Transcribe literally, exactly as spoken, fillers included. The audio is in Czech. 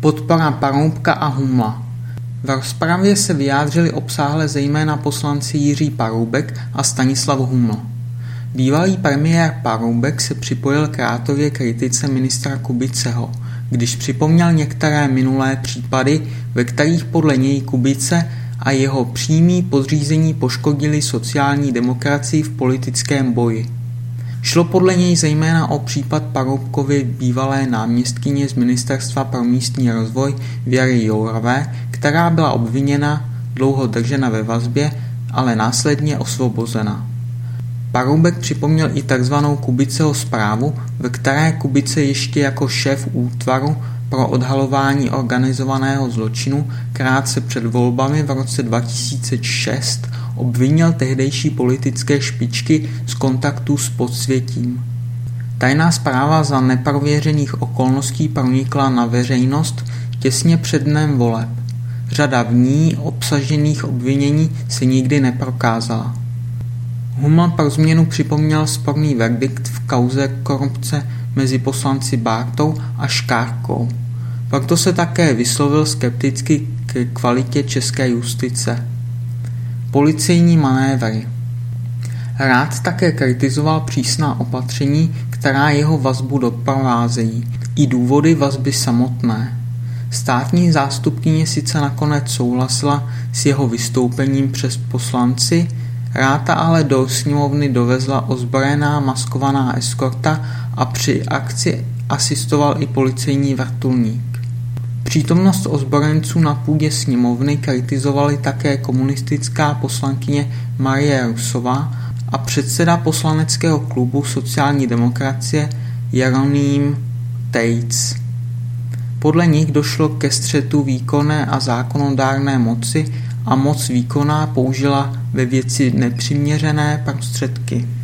Podpora Paroubka a Humla. V rozpravě se vyjádřili obsáhle zejména poslanci Jiří Paroubek a Stanislav Huml. Bývalý premiér Paroubek se připojil k Rátově kritice ministra Kubiceho, když připomněl některé minulé případy, ve kterých podle něj Kubice a jeho přímí podřízení poškodili sociální demokracii v politickém boji. Šlo podle něj zejména o případ Paroubkovy bývalé náměstkyně z Ministerstva pro místní rozvoj Věry Jourové, která byla obviněna, dlouho držena ve vazbě, ale následně osvobozena. Paroubek připomněl i takzvanou Kubiceho zprávu, ve které Kubice ještě jako šéf útvaru pro odhalování organizovaného zločinu krátce před volbami v roce dva tisíce šest obvinil tehdejší politické špičky z kontaktů s podsvětím. Tajná zpráva za neprověřených okolností pronikla na veřejnost těsně před dnem voleb. Řada v ní obsažených obvinění se nikdy neprokázala. Huml pro změnu připomněl sporný verdikt v kauze korupce mezi poslanci Bártou a Škárkou. Proto se také vyslovil skepticky k kvalitě české justice. Policejní manévry. Rád také kritizoval přísná opatření, která jeho vazbu doprovázejí, i důvody vazby samotné. Státní zástupkyně sice nakonec souhlasila s jeho vystoupením přes poslanci, Ráta ale do sněmovny dovezla ozbrojená maskovaná eskorta a při akci asistoval i policejní vrtulník. Přítomnost ozbrojenců na půdě sněmovny kritizovali také komunistická poslankyně Marie Rusová a předseda poslaneckého klubu sociální demokracie Jeroným Tejc. Podle nich došlo ke střetu výkonné a zákonodárné moci a moc výkonná použila ve věci nepřiměřené prostředky.